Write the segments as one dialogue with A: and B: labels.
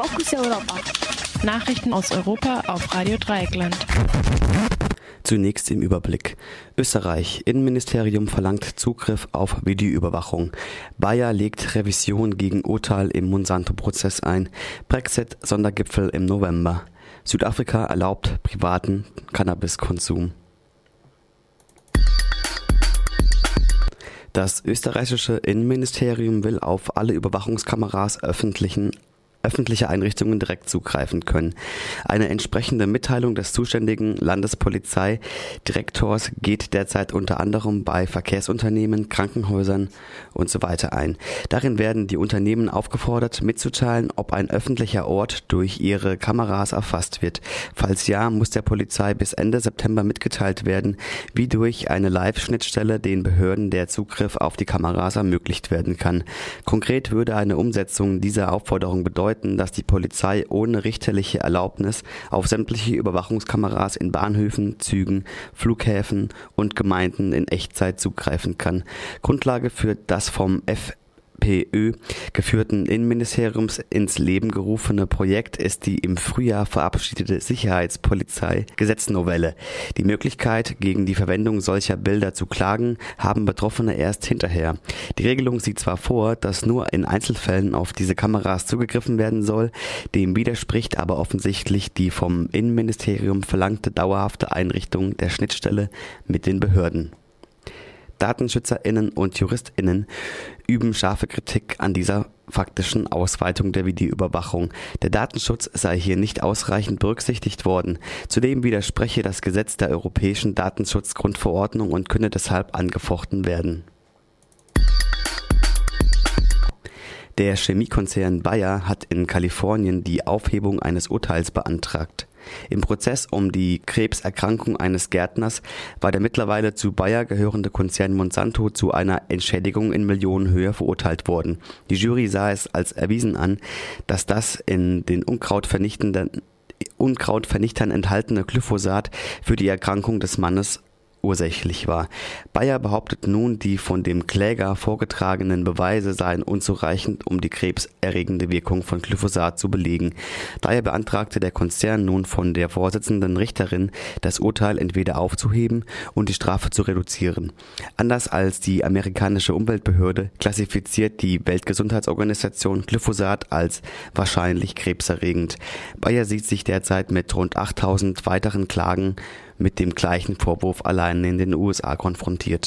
A: Fokus Europa.
B: Nachrichten aus Europa auf Radio Dreieckland.
C: Zunächst im Überblick. Österreich. Innenministerium verlangt Zugriff auf Videoüberwachung. Bayer legt Revision gegen Urteil im Monsanto-Prozess ein. Brexit-Sondergipfel im November. Südafrika erlaubt privaten Cannabiskonsum. Das österreichische Innenministerium will auf alle Überwachungskameras öffentliche Einrichtungen direkt zugreifen können. Eine entsprechende Mitteilung des zuständigen Landespolizeidirektors geht derzeit unter anderem bei Verkehrsunternehmen, Krankenhäusern usw. ein. Darin werden die Unternehmen aufgefordert, mitzuteilen, ob ein öffentlicher Ort durch ihre Kameras erfasst wird. Falls ja, muss der Polizei bis Ende September mitgeteilt werden, wie durch eine Live-Schnittstelle den Behörden der Zugriff auf die Kameras ermöglicht werden kann. Konkret würde eine Umsetzung dieser Aufforderung bedeuten, dass die Polizei ohne richterliche Erlaubnis auf sämtliche Überwachungskameras in Bahnhöfen, Zügen, Flughäfen und Gemeinden in Echtzeit zugreifen kann. Grundlage für das vom FPÖ geführten Innenministeriums ins Leben gerufene Projekt ist die im Frühjahr verabschiedete Sicherheitspolizei-Gesetznovelle. Die Möglichkeit, gegen die Verwendung solcher Bilder zu klagen, haben Betroffene erst hinterher. Die Regelung sieht zwar vor, dass nur in Einzelfällen auf diese Kameras zugegriffen werden soll, dem widerspricht aber offensichtlich die vom Innenministerium verlangte dauerhafte Einrichtung der Schnittstelle mit den Behörden. DatenschützerInnen und JuristInnen üben scharfe Kritik an dieser faktischen Ausweitung der Videoüberwachung. Der Datenschutz sei hier nicht ausreichend berücksichtigt worden. Zudem widerspreche das Gesetz der Europäischen Datenschutzgrundverordnung und könne deshalb angefochten werden. Der Chemiekonzern Bayer hat in Kalifornien die Aufhebung eines Urteils beantragt. Im Prozess um die Krebserkrankung eines Gärtners war der mittlerweile zu Bayer gehörende Konzern Monsanto zu einer Entschädigung in Millionenhöhe verurteilt worden. Die Jury sah es als erwiesen an, dass das in den Unkrautvernichtern enthaltene Glyphosat für die Erkrankung des Mannes ursächlich war. Bayer behauptet nun, die von dem Kläger vorgetragenen Beweise seien unzureichend, um die krebserregende Wirkung von Glyphosat zu belegen. Daher beantragte der Konzern nun von der Vorsitzenden Richterin, das Urteil entweder aufzuheben und die Strafe zu reduzieren. Anders als die amerikanische Umweltbehörde klassifiziert die Weltgesundheitsorganisation Glyphosat als wahrscheinlich krebserregend. Bayer sieht sich derzeit mit rund 8000 weiteren Klagen mit dem gleichen Vorwurf allein in den USA konfrontiert.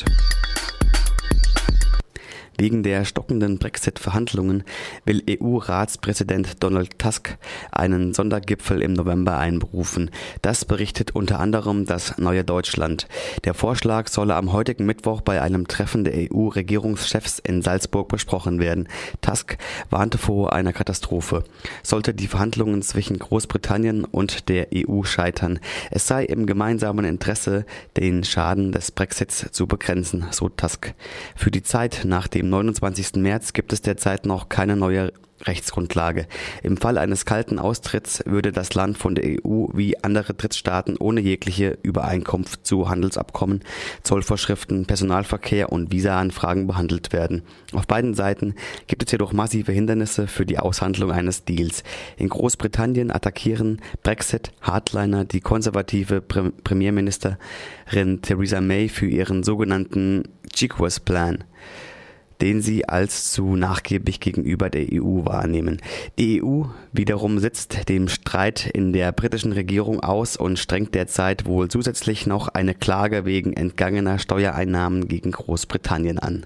C: Wegen der stockenden Brexit-Verhandlungen will EU-Ratspräsident Donald Tusk einen Sondergipfel im November einberufen. Das berichtet unter anderem das Neue Deutschland. Der Vorschlag solle am heutigen Mittwoch bei einem Treffen der EU-Regierungschefs in Salzburg besprochen werden. Tusk warnte vor einer Katastrophe. Sollte die Verhandlungen zwischen Großbritannien und der EU scheitern, es sei im gemeinsamen Interesse, den Schaden des Brexits zu begrenzen, so Tusk. Für die Zeit nach dem 29. März gibt es derzeit noch keine neue Rechtsgrundlage. Im Fall eines kalten Austritts würde das Land von der EU wie andere Drittstaaten ohne jegliche Übereinkunft zu Handelsabkommen, Zollvorschriften, Personalverkehr und Visa-Anfragen behandelt werden. Auf beiden Seiten gibt es jedoch massive Hindernisse für die Aushandlung eines Deals. In Großbritannien attackieren Brexit-Hardliner die konservative Premierministerin Theresa May für ihren sogenannten Chicos-Plan, den sie als zu nachgiebig gegenüber der EU wahrnehmen. Die EU wiederum sitzt dem Streit in der britischen Regierung aus und strengt derzeit wohl zusätzlich noch eine Klage wegen entgangener Steuereinnahmen gegen Großbritannien an.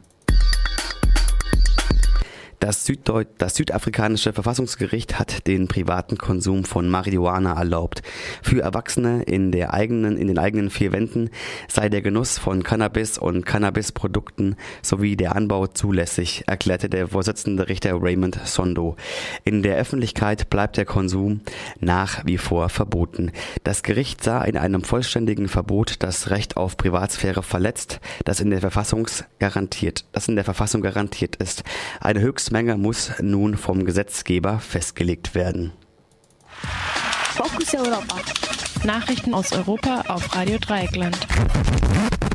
C: Das südafrikanische Verfassungsgericht hat den privaten Konsum von Marihuana erlaubt. Für Erwachsene in den eigenen vier Wänden sei der Genuss von Cannabis und Cannabisprodukten sowie der Anbau zulässig, erklärte der Vorsitzende Richter Raymond Sondo. In der Öffentlichkeit bleibt der Konsum nach wie vor verboten. Das Gericht sah in einem vollständigen Verbot das Recht auf Privatsphäre verletzt, das in der Verfassung garantiert ist. Eine Höchstmenge muss nun vom Gesetzgeber festgelegt werden.
A: Fokus Europa.
B: Nachrichten aus Europa auf Radio Dreieckland.